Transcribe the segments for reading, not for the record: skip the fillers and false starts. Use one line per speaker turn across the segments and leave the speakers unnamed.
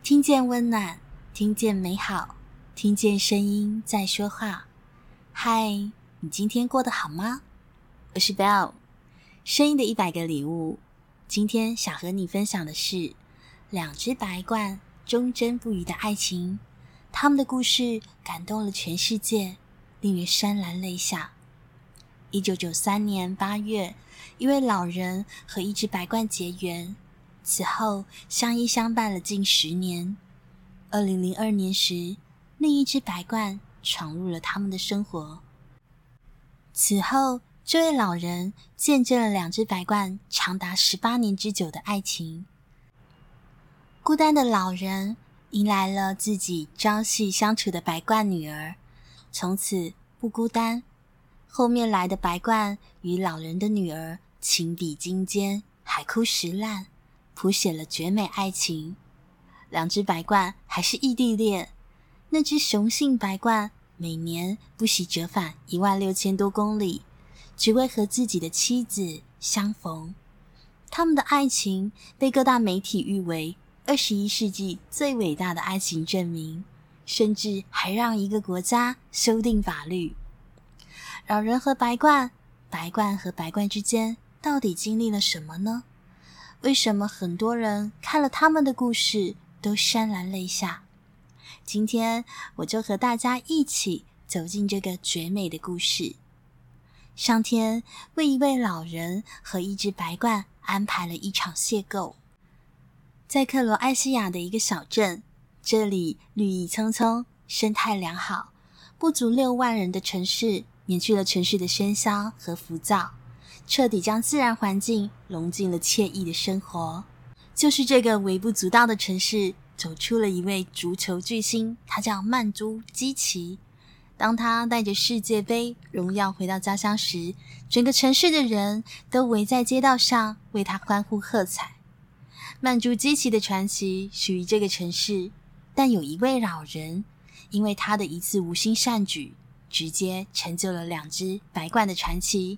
听见温暖，听见美好，听见声音在说话。嗨，你今天过得好吗？我是 Belle， 声音的100个礼物。今天想和你分享的是2只白鹳忠贞不渝的爱情，他们的故事感动了全世界，令人潸然泪下。1993年8月，一位老人和一只白鹳结缘，此后相依相伴了近10年。2002年时，另一只白鹳闯入了他们的生活。此后，这位老人见证了2只白鹳长达18年之久的爱情。孤单的老人迎来了自己朝夕相处的白鹳女儿，从此不孤单。后面来的白鹳与老人的女儿情比金坚，海枯石烂，谱写了绝美爱情。2只白鹳还是异地恋，那只雄性白鹳每年不惜折返16000多公里，只为和自己的妻子相逢。他们的爱情被各大媒体誉为21世纪最伟大的爱情证明，甚至还让一个国家修订法律。老人和白鹳，白鹳和白鹳之间到底经历了什么呢？为什么很多人看了他们的故事都潸然泪下？今天我就和大家一起走进这个绝美的故事。上天为一位老人和一只白鹳安排了一场邂逅。在克罗埃西亚的一个小镇，这里绿意葱葱，生态良好，不足6万人的城市免去了城市的喧嚣和浮躁，彻底将自然环境融进了惬意的生活。就是这个微不足道的城市，走出了一位足球巨星，他叫曼朱基奇。当他带着世界杯荣耀回到家乡时，整个城市的人都围在街道上为他欢呼喝彩。曼朱基奇的传奇属于这个城市，但有一位老人，因为他的一次无心善举，直接成就了2只白鹳的传奇。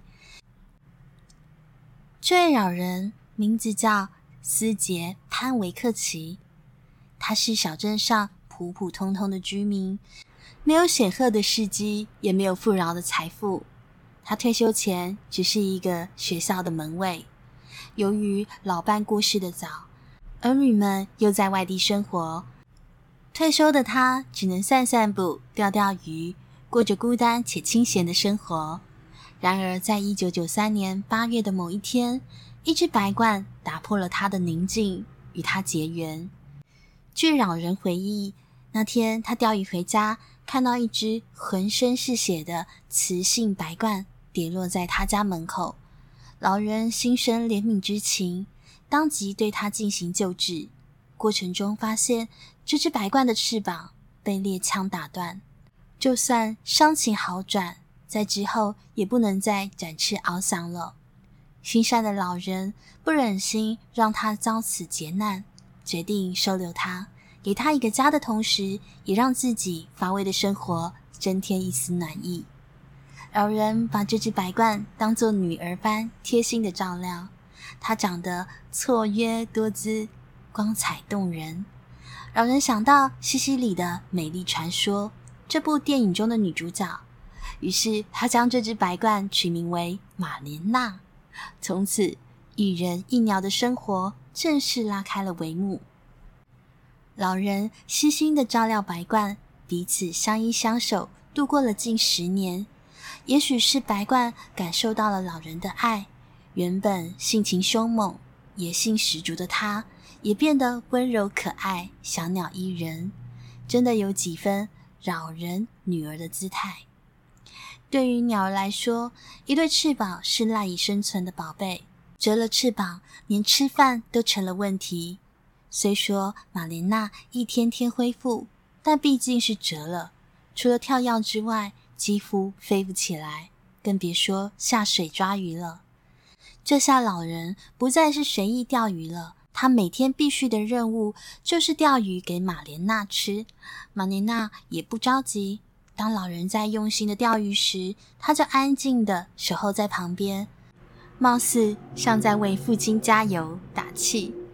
这位老人名字叫斯杰潘维克奇，他是小镇上普普通通的居民，没有显赫的事迹，也没有富饶的财富。他退休前只是一个学校的门卫。由于老伴过世的早，儿女们又在外地生活，退休的他只能散散步、钓钓鱼，过着孤单且清闲的生活。然而在1993年8月的某一天，一只白鹳打破了他的宁静，与他结缘。据老人回忆，那天他钓鱼回家，看到一只浑身是血的雌性白鹳跌落在他家门口。老人心生怜悯之情，当即对他进行救治。过程中发现这只白鹳的翅膀被猎枪打断，就算伤情好转，在之后也不能再展翅翱翔了。心善的老人不忍心让他遭此劫难，决定收留他，给他一个家的同时，也让自己乏味的生活增添一丝暖意。老人把这只白鹳当作女儿般贴心的照料，她长得错约多姿，光彩动人。老人想到西西里的美丽传说，这部电影中的女主角，于是他将这只白鹳取名为玛莲娜。从此一人一鸟的生活正式拉开了帷幕。老人悉心的照料白鹳，彼此相依相守，度过了近10年。也许是白鹳感受到了老人的爱，原本性情凶猛、野性十足的他，也变得温柔可爱，小鸟依人，真的有几分老人女儿的姿态。对于鸟儿来说，一对翅膀是赖以生存的宝贝，折了翅膀，连吃饭都成了问题。虽说玛莲娜一天天恢复，但毕竟是折了，除了跳跃之外，几乎飞不起来，更别说下水抓鱼了。这下老人不再是随意钓鱼了，他每天必须的任务就是钓鱼给玛莲娜吃。玛莲娜也不着急，当老人在用心的钓鱼时，他就安静的守候在旁边，貌似像在为父亲加油打气。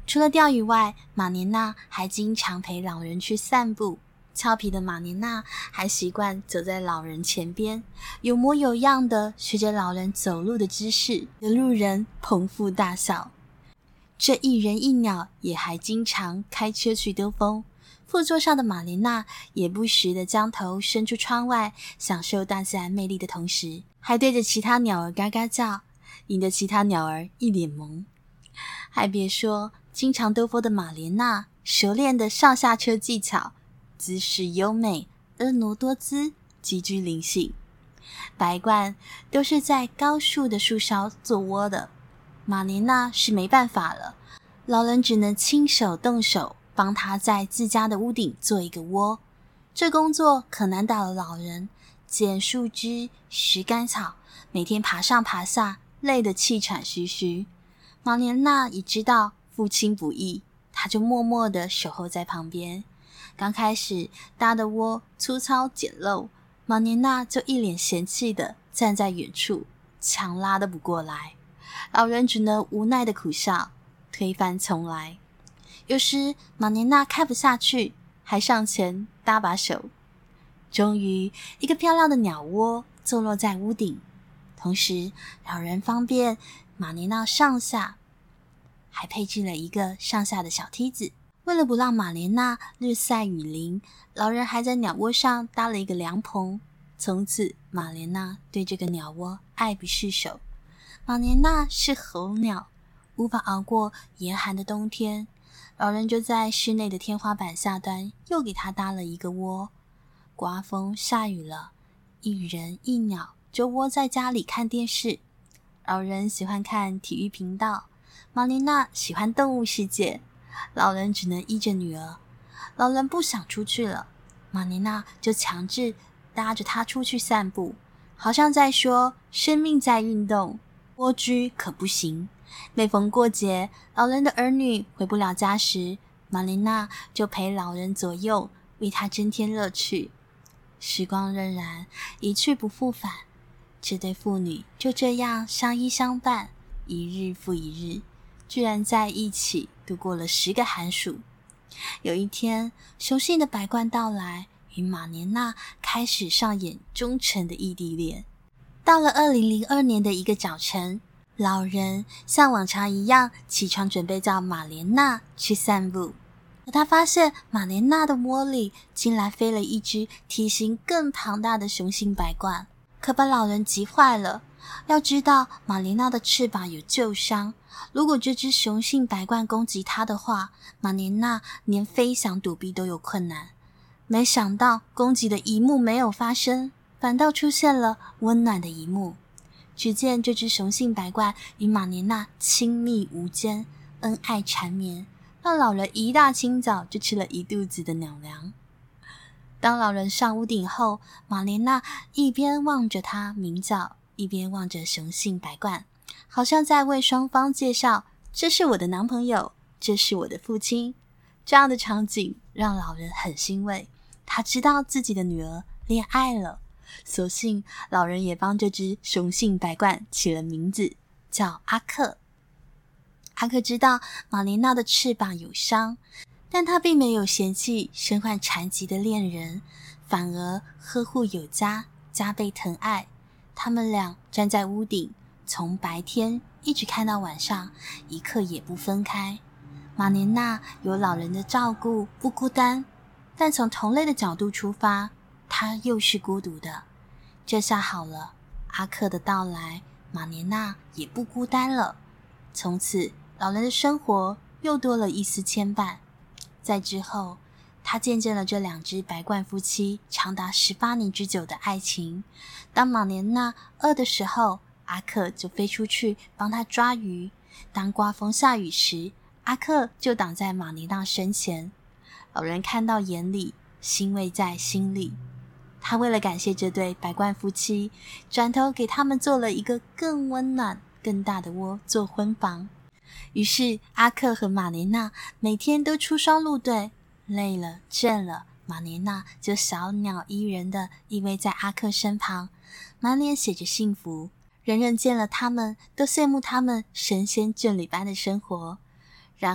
除了钓鱼外，马莲娜还经常陪老人去散步。俏皮的马莲娜还习惯走在老人前边，有模有样的学着老人走路的姿势，有路人捧腹大笑。这一人一鸟也还经常开车去兜风。副座上的马莲娜也不时地将头伸出窗外，享受大自然魅力的同时，还对着其他鸟儿嘎嘎叫，引得其他鸟儿一脸懵。还别说，经常兜风的马莲娜熟练的上下车技巧，姿势优美，婀娜多姿，极具灵性。白鹳都是在高树的树梢做窝的，马莲娜是没办法了，老人只能亲手动手帮他在自家的屋顶做一个窝。这工作可难倒了老人，捡树枝、拾干草，每天爬上爬下，累得气喘吁吁。马莲娜也知道父亲不易，她就默默地守候在旁边。刚开始搭的窝粗糙简陋，马莲娜就一脸嫌弃地站在远处，强拉得不过来。老人只能无奈地苦笑，推翻重来。有时马莲娜看不下去，还上前搭把手。终于一个漂亮的鸟窝坐落在屋顶，同时老人方便马莲娜上下，还配置了一个上下的小梯子。为了不让马莲娜日晒雨淋，老人还在鸟窝上搭了一个凉棚。从此马莲娜对这个鸟窝爱不释手。马莲娜是候鸟，无法熬过严寒的冬天，老人就在室内的天花板下端又给他搭了一个窝。刮风下雨了，一人一鸟就窝在家里看电视。老人喜欢看体育频道，马莲娜喜欢动物世界。老人只能依着女儿，老人不想出去了，马莲娜就强制搭着他出去散步，好像在说生命在运动，蜗居可不行。每逢过节，老人的儿女回不了家时，马莲娜就陪老人左右，为他增添乐趣。时光荏苒，一去不复返，这对父女就这样相依相伴，一日复一日，居然在一起度过了10个寒暑。有一天，雄性的白鹳到来，与马莲娜开始上演忠诚的异地恋。到了2002年的一个早晨，老人像往常一样起床，准备叫马莲娜去散步。可他发现马莲娜的窝里竟然飞了一只体型更庞大的雄性白鹳，可把老人急坏了。要知道马莲娜的翅膀有旧伤，如果这只雄性白鹳攻击它的话，马莲娜连飞翔躲避都有困难。没想到攻击的一幕没有发生，反倒出现了温暖的一幕。只见这只雄性白鹳与马莲娜亲密无间，恩爱缠绵，让老人一大清早就吃了一肚子的鸟粮。当老人上屋顶后，马莲娜一边望着他鸣叫，一边望着雄性白鹳，好像在为双方介绍，这是我的男朋友，这是我的父亲。这样的场景让老人很欣慰，他知道自己的女儿恋爱了。索性老人也帮这只雄性白鹳起了名字，叫阿克。阿克知道马莲娜的翅膀有伤，但他并没有嫌弃身患残疾的恋人，反而呵护有加，加倍疼爱。他们俩站在屋顶，从白天一直看到晚上，一刻也不分开。马莲娜有老人的照顾，不孤单，但从同类的角度出发，她又是孤独的。这下好了，阿克的到来，马莲娜也不孤单了。从此老人的生活又多了一丝牵绊。在之后，他见证了这2只白鹳夫妻长达18年之久的爱情。当马莲娜饿的时候，阿克就飞出去帮她抓鱼；当刮风下雨时，阿克就挡在马莲娜身前。老人看到眼里，欣慰在心里。他为了感谢这对白鹳夫妻，转头给他们做了一个更温暖、更大的窝做婚房。于是阿克和马莲娜每天都出双入对，累了倦了，马莲娜就小鸟依人的依偎在阿克身旁，满脸写着幸福。人人见了他们都羡慕他们神仙眷侣般的生活。然后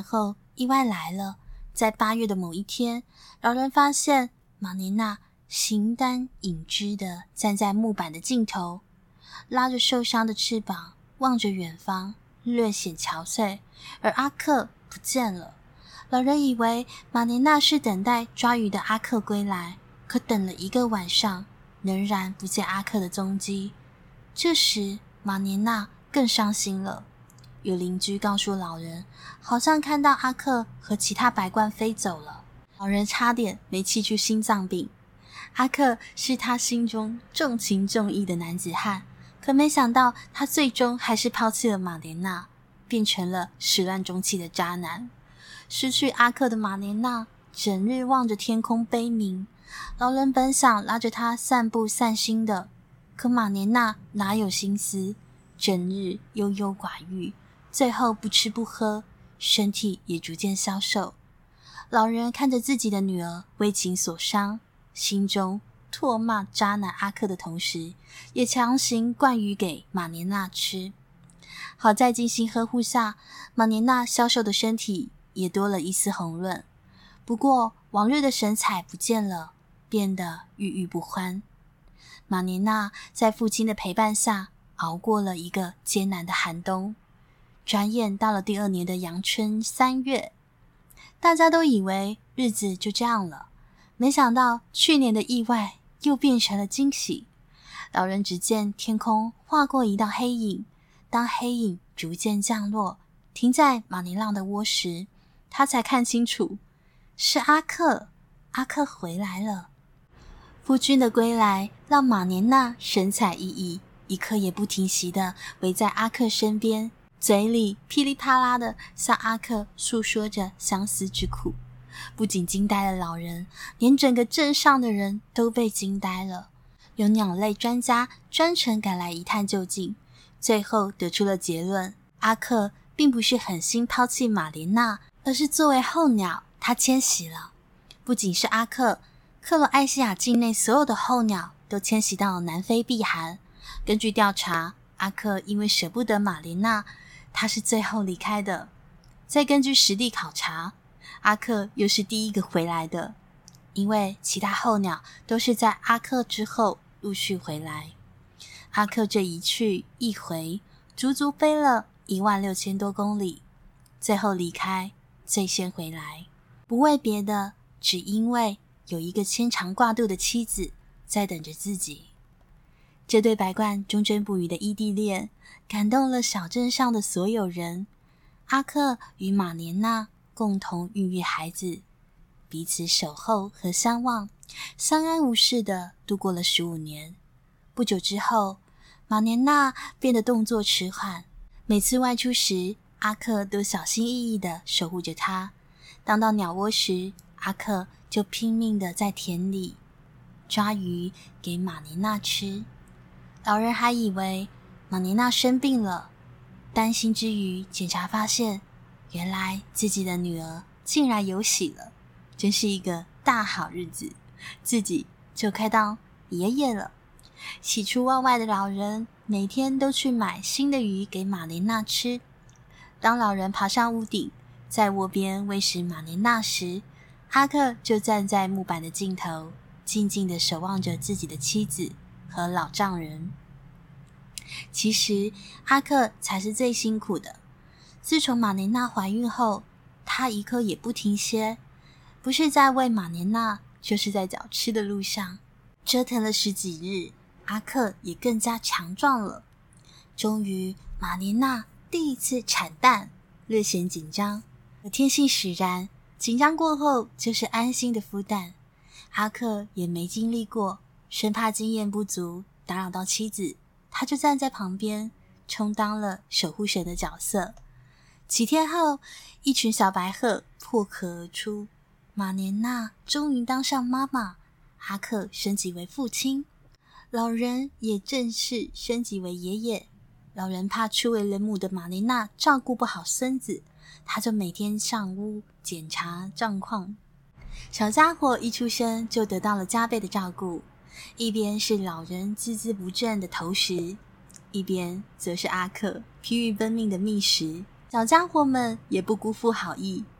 意外来了，在8月的某一天，老人发现玛莲娜形单影只地站在木板的尽头，拉着受伤的翅膀，望着远方，略显憔悴，而阿克不见了。老人以为玛莲娜是等待抓鱼的阿克归来，可等了1个晚上，仍然不见阿克的踪迹。这时玛莲娜更伤心了。有邻居告诉老人，好像看到阿克和其他白鹳飞走了。老人差点没气出心脏病。阿克是他心中重情重义的男子汉，可没想到他最终还是抛弃了玛莲娜，变成了始乱终弃的渣男。失去阿克的玛莲娜整日望着天空悲鸣。老人本想拉着她散步散心的，可玛莲娜哪有心思，整日忧忧寡欲，最后不吃不喝，身体也逐渐消瘦。老人看着自己的女儿为情所伤，心中唾骂渣男阿克的同时，也强行灌鱼给玛莲娜吃。好在精心呵护下，玛莲娜消瘦的身体也多了一丝红润，不过往日的神采不见了，变得郁郁不欢。玛莲娜在父亲的陪伴下熬过了一个艰难的寒冬。转眼到了第2年的阳春3月，大家都以为日子就这样了，没想到去年的意外又变成了惊喜。老人只见天空划过一道黑影，当黑影逐渐降落，停在玛莲娜的窝时，他才看清楚，是阿克。阿克回来了。夫君的归来让玛莲娜神采奕奕，一刻也不停息地围在阿克身边，嘴里噼里啪啦地向阿克诉说着相思之苦。不仅惊呆了老人，连整个镇上的人都被惊呆了。有鸟类专家专程赶来一探究竟，最后得出了结论，阿克并不是狠心抛弃玛莲娜，而是作为候鸟，他迁徙了。不仅是阿克，克罗埃西亚境内所有的候鸟都迁徙到了南非避寒。根据调查，阿克因为舍不得玛莲娜，他是最后离开的。再根据实地考察，阿克又是第一个回来的，因为其他候鸟都是在阿克之后陆续回来。阿克这一去一回，足足飞了16000多公里，最后离开，最先回来。不为别的，只因为有一个牵肠挂肚的妻子在等着自己。这对白鹳忠贞不渝的异地恋感动了小镇上的所有人。阿克与玛莲娜共同孕育孩子，彼此守候和相望，相安无事地度过了15年。不久之后，玛莲娜变得动作迟缓，每次外出时，阿克都小心翼翼地守护着她。当到鸟窝时，阿克就拼命地在田里抓鱼给玛莲娜吃。老人还以为玛莲娜生病了，担心之余检查发现，原来自己的女儿竟然有喜了，真是一个大好日子，自己就快当爷爷了。喜出望外的老人每天都去买新的鱼给玛莲娜吃。当老人爬上屋顶，在窝边喂食玛莲娜时，阿克就站在木板的尽头，静静地守望着自己的妻子和老丈人。其实阿克才是最辛苦的。自从玛莲娜怀孕后，他一刻也不停歇，不是在喂玛莲娜，就是在找吃的路上。折腾了10几日，阿克也更加强壮了。终于玛莲娜第一次产蛋，略显紧张，可天性使然，紧张过后就是安心的孵蛋。阿克也没经历过，生怕经验不足打扰到妻子，他就站在旁边充当了守护神的角色。几天后，一群小白鹤破壳而出，玛莲娜终于当上妈妈，阿克升级为父亲，老人也正式升级为爷爷。老人怕初为人母的玛莲娜照顾不好孙子，他就每天上屋检查状况。小家伙一出生就得到了加倍的照顾，一边是老人孜孜不倦的投食，一边则是阿克疲于奔命的觅食。小家伙们也不辜负好意，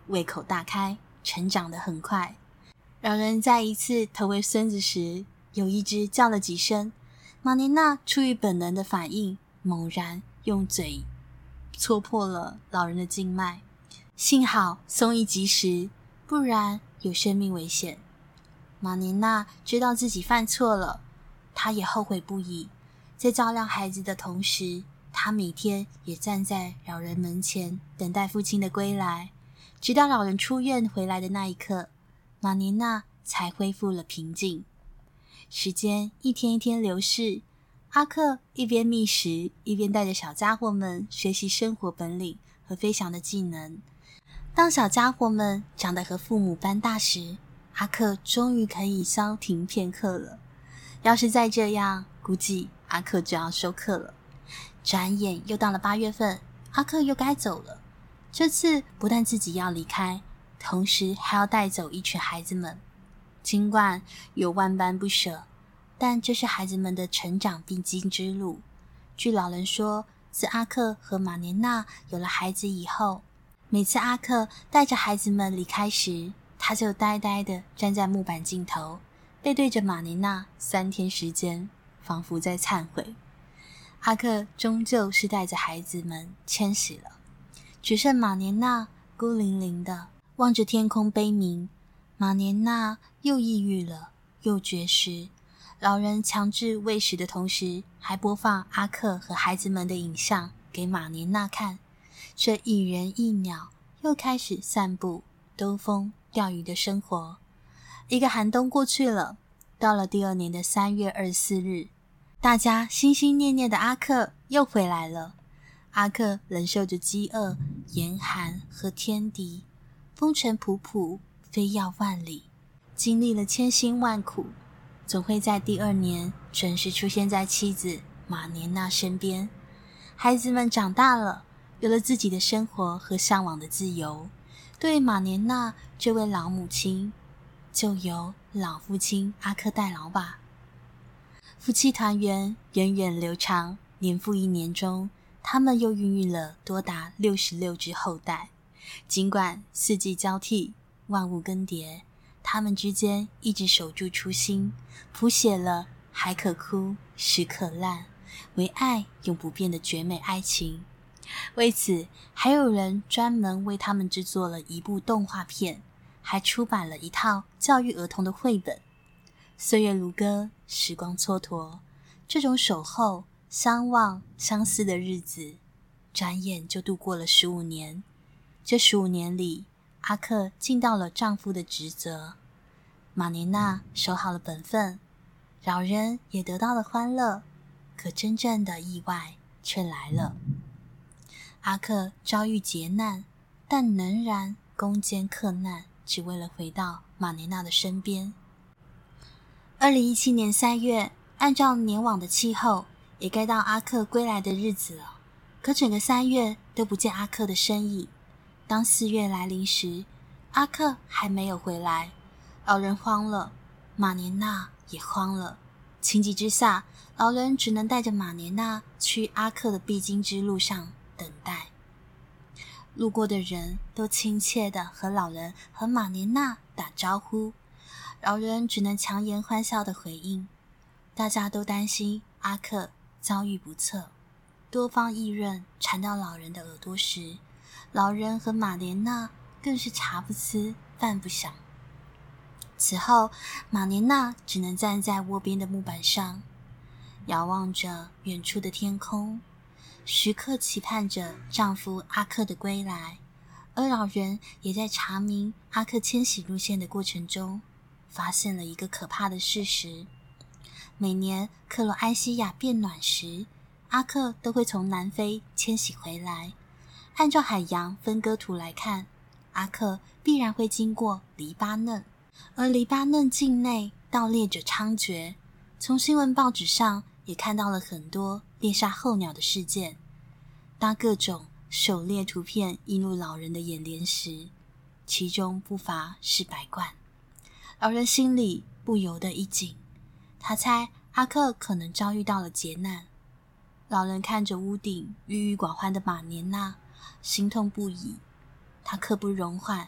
胃口大开，成长得很快。老人在一次投喂孙子时，有一只叫了几声，马莲娜出于本能的反应，猛然用嘴戳破了老人的静脉，幸好送医及时，不然有生命危险。马莲娜知道自己犯错了，她也后悔不已。在照料孩子的同时，她每天也站在老人门前，等待父亲的归来。直到老人出院回来的那一刻，马莲娜才恢复了平静。时间一天一天流逝，阿克一边觅食，一边带着小家伙们学习生活本领和飞翔的技能。当小家伙们长得和父母般大时，阿克终于可以稍停片刻了。要是再这样，估计阿克就要休克了。转眼又到了8月份，阿克又该走了。这次不但自己要离开，同时还要带走一群孩子们。尽管有万般不舍，但这是孩子们的成长必经之路。据老人说，自阿克和马莲娜有了孩子以后，每次阿克带着孩子们离开时，他就呆呆地站在木板尽头，背对着马莲娜3天时间，仿佛在忏悔。阿克终究是带着孩子们迁徙了，只剩马莲娜孤零零的望着天空悲鸣。马莲娜又抑郁了，又绝食。老人强制喂食的同时，还播放阿克和孩子们的影像给马莲娜看。这一人一鸟又开始散步、兜风、钓鱼的生活。一个寒冬过去了，到了第2年的3月24日，大家心心念念的阿克又回来了。阿克忍受着饥饿、严寒和天敌，风尘仆仆，飞要万里，经历了千辛万苦，总会在第2年准时出现在妻子马莲娜身边。孩子们长大了，有了自己的生活和向往的自由。对马莲娜这位老母亲，就由老父亲阿克代劳吧。夫妻团圆，源远流长，年复一年中，他们又孕育了多达66只后代。尽管四季交替，万物更迭，他们之间一直守住初心，谱写了海可枯，石可烂，唯爱永不变的绝美爱情。为此，还有人专门为他们制作了一部动画片，还出版了一套教育儿童的绘本。岁月如歌，时光蹉跎，这种守候、相望、相思的日子，转眼就度过了15年。这15年里，阿克尽到了丈夫的职责，马莲娜守好了本分，老人也得到了欢乐。可真正的意外却来了。阿克遭遇劫难，但仍然攻坚克难，只为了回到马莲娜的身边。2017年3月，按照年往的气候，也该到阿克归来的日子了。可整个3月都不见阿克的身影。当4月来临时，阿克还没有回来。老人慌了，马莲娜也慌了。情急之下，老人只能带着马莲娜去阿克的必经之路上等待。路过的人都亲切地和老人和马莲娜打招呼，老人只能强颜欢笑地回应。大家都担心阿克遭遇不测，多方议论传到老人的耳朵时，老人和马莲娜更是茶不思饭不想。此后，马莲娜只能站在窝边的木板上，遥望着远处的天空，时刻期盼着丈夫阿克的归来。而老人也在查明阿克迁徙路线的过程中，发现了一个可怕的事实：每年克罗埃西亚变暖时，阿克都会从南非迁徙回来。按照海洋分割图来看，阿克必然会经过黎巴嫩，而黎巴嫩境内盗猎者猖獗。从新闻报纸上也看到了很多猎杀候鸟的事件。当各种狩猎图片映入老人的眼帘时，其中不乏是白鹳。老人心里不由得一紧，他猜阿克可能遭遇到了劫难。老人看着屋顶郁郁寡欢的马莲娜，心痛不已。他刻不容缓，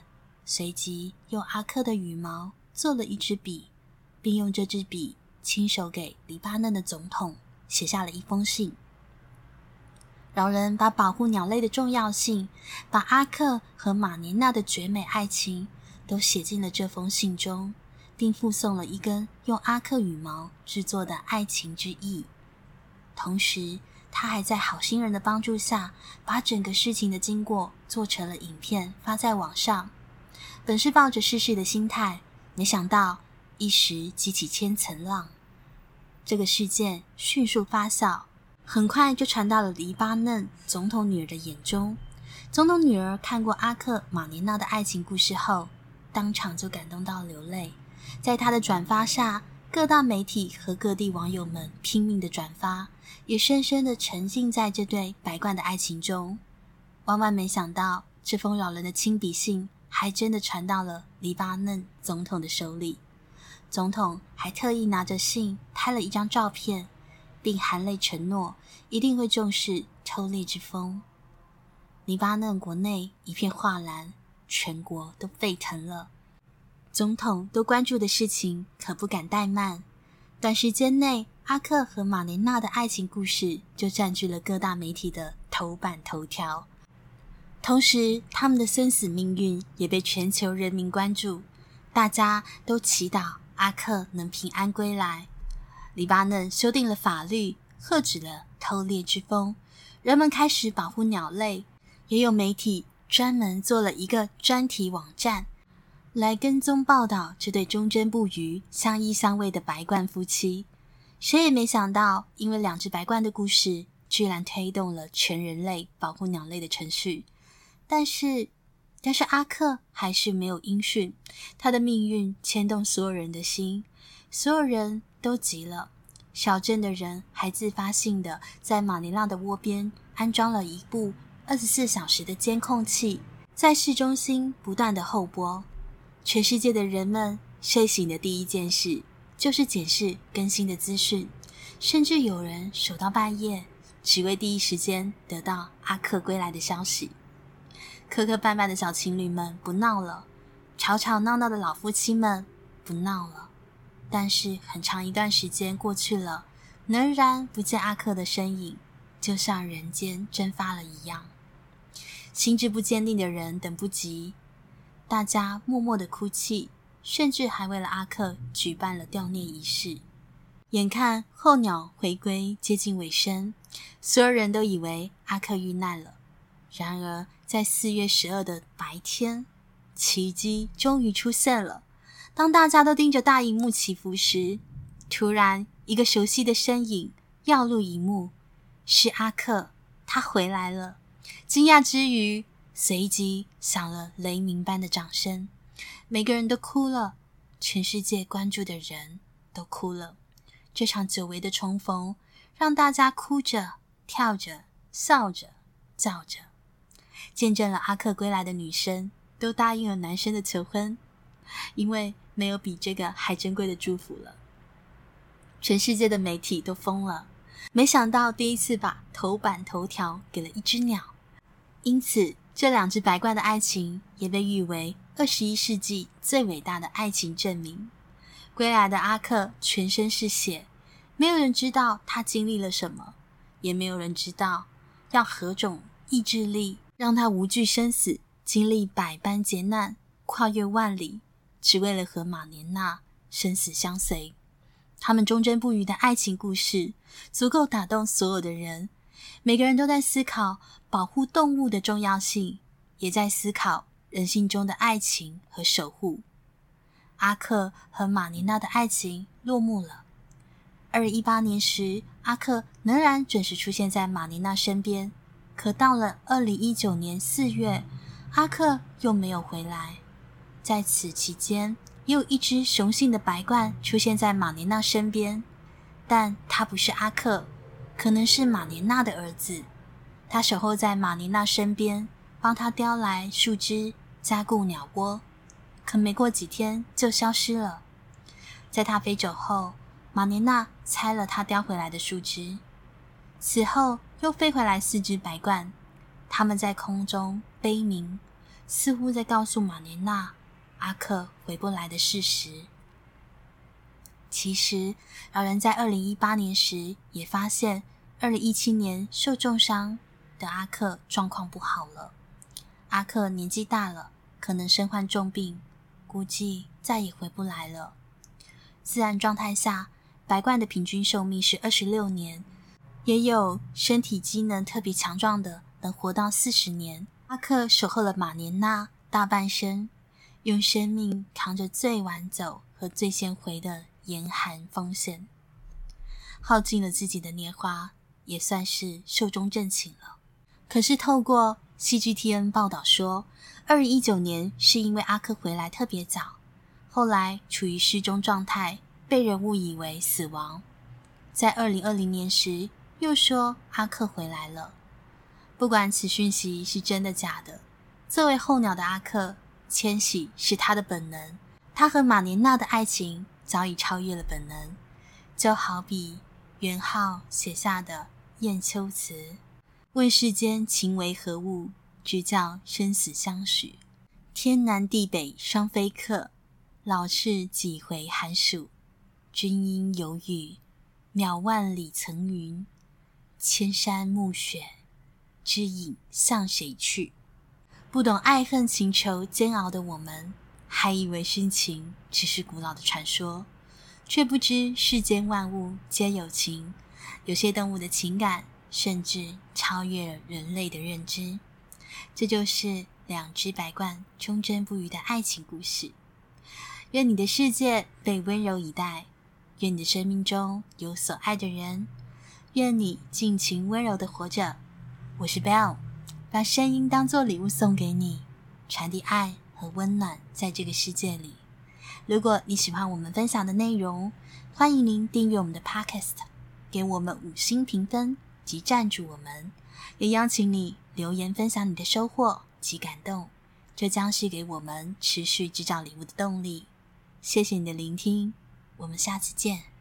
随即用阿克的羽毛做了一支笔，并用这支笔亲手给黎巴嫩的总统写下了一封信。老人把保护鸟类的重要性，把阿克和玛莲娜的绝美爱情都写进了这封信中，并附送了一根用阿克羽毛制作的爱情之翼。同时他还在好心人的帮助下，把整个事情的经过做成了影片发在网上。本是抱着试试的心态，没想到一时激起千层浪。这个事件迅速发酵，很快就传到了黎巴嫩总统女儿的眼中。总统女儿看过阿克玛莲娜的爱情故事后，当场就感动到流泪。在她的转发下，各大媒体和各地网友们拼命的转发，也深深的沉浸在这对白鹳的爱情中。万万没想到，这封扰人的亲笔信还真的传到了黎巴嫩总统的手里。总统还特意拿着信拍了一张照片，并含泪承诺一定会重视偷猎之风。黎巴嫩国内一片哗然，全国都沸腾了。总统都关注的事情可不敢怠慢，短时间内阿克和玛莲娜的爱情故事就占据了各大媒体的头版头条。同时他们的生死命运也被全球人民关注，大家都祈祷阿克能平安归来。黎巴嫩修订了法律，遏止了偷猎之风，人们开始保护鸟类，也有媒体专门做了一个专题网站来跟踪报道这对忠贞不渝、相依相偎的白鹳夫妻。谁也没想到，因为两只白鹳的故事，居然推动了全人类保护鸟类的程序。但是阿克还是没有音讯，他的命运牵动所有人的心，所有人都急了。小镇的人还自发性的在玛莲娜的窝边安装了一部24小时的监控器，在市中心不断的候播。全世界的人们睡醒的第一件事就是检视更新的资讯，甚至有人守到半夜，只为第一时间得到阿克归来的消息。磕磕绊绊的小情侣们不闹了，吵吵闹闹的老夫妻们不闹了。但是很长一段时间过去了，仍然不见阿克的身影，就像人间蒸发了一样。心智不坚定的人等不及，大家默默的哭泣，甚至还为了阿克举办了悼念仪式。眼看候鸟回归接近尾声，所有人都以为阿克遇难了。然而在4月12的白天，奇迹终于出现了。当大家都盯着大荧幕祈福时，突然一个熟悉的身影跃入荧幕，是阿克，他回来了。惊讶之余，随即响了雷鸣般的掌声，每个人都哭了，全世界关注的人都哭了。这场久违的重逢让大家哭着、跳着、笑着、叫着，见证了阿克归来的女生都答应了男生的求婚，因为没有比这个还珍贵的祝福了。全世界的媒体都疯了，没想到第一次把头版头条给了一只鸟，因此这两只白鹳的爱情也被誉为21世纪最伟大的爱情证明。归来的阿克全身是血，没有人知道他经历了什么，也没有人知道要何种意志力让他无惧生死，经历百般劫难，跨越万里，只为了和玛莲娜生死相随。他们忠贞不渝的爱情故事足够打动所有的人，每个人都在思考保护动物的重要性，也在思考人性中的爱情和守护。阿克和玛莲娜的爱情落幕了。2018年时，阿克仍然准时出现在玛莲娜身边，可到了2019年4月，阿克又没有回来。在此期间，也有一只雄性的白鹳出现在玛莲娜身边，但它不是阿克，可能是玛莲娜的儿子。他守候在玛莲娜身边，帮她叼来树枝，加固鸟窝，可没过几天就消失了。在他飞走后，玛莲娜拆了他叼回来的树枝。此后又飞回来4只白鹳，它们在空中悲鸣， 似乎在告诉马莲娜阿克回不来的事实。其实老人在2018年时也发现2017年受重伤的阿克状况不好了。阿克年纪大了，可能身患重病，估计再也回不来了。自然状态下，白鹳的平均寿命是26年，也有身体机能特别强壮的能活到40年。阿克守候了马莲娜大半生，用生命扛着最晚走和最先回的严寒风险，耗尽了自己的年华，也算是寿终正寝了。可是透过 CGTN 报道说，2019年是因为阿克回来特别早，后来处于失踪状态，被人误以为死亡。在2020年时又说阿克回来了。不管此讯息是真的假的，作为候鸟的阿克，迁徙是他的本能，他和马莲娜的爱情早已超越了本能，就好比元昊写下的雁丘词：问世间情为何物，直教生死相许。天南地北双飞客，老翅几回寒暑。君应有语，渺万里层云。千山暮雪，知影向谁去？不懂爱恨情仇煎熬的我们，还以为深情只是古老的传说，却不知世间万物皆有情，有些动物的情感甚至超越了人类的认知。这就是两只白鹳忠贞不渝的爱情故事。愿你的世界被温柔以待，愿你的生命中有所爱的人，愿你尽情温柔地活着。我是 Belle， 把声音当作礼物送给你，传递爱和温暖在这个世界里。如果你喜欢我们分享的内容，欢迎您订阅我们的 Podcast， 给我们5星评分及赞助我们，也邀请你留言分享你的收获及感动，这将是给我们持续制造礼物的动力。谢谢你的聆听，我们下次见。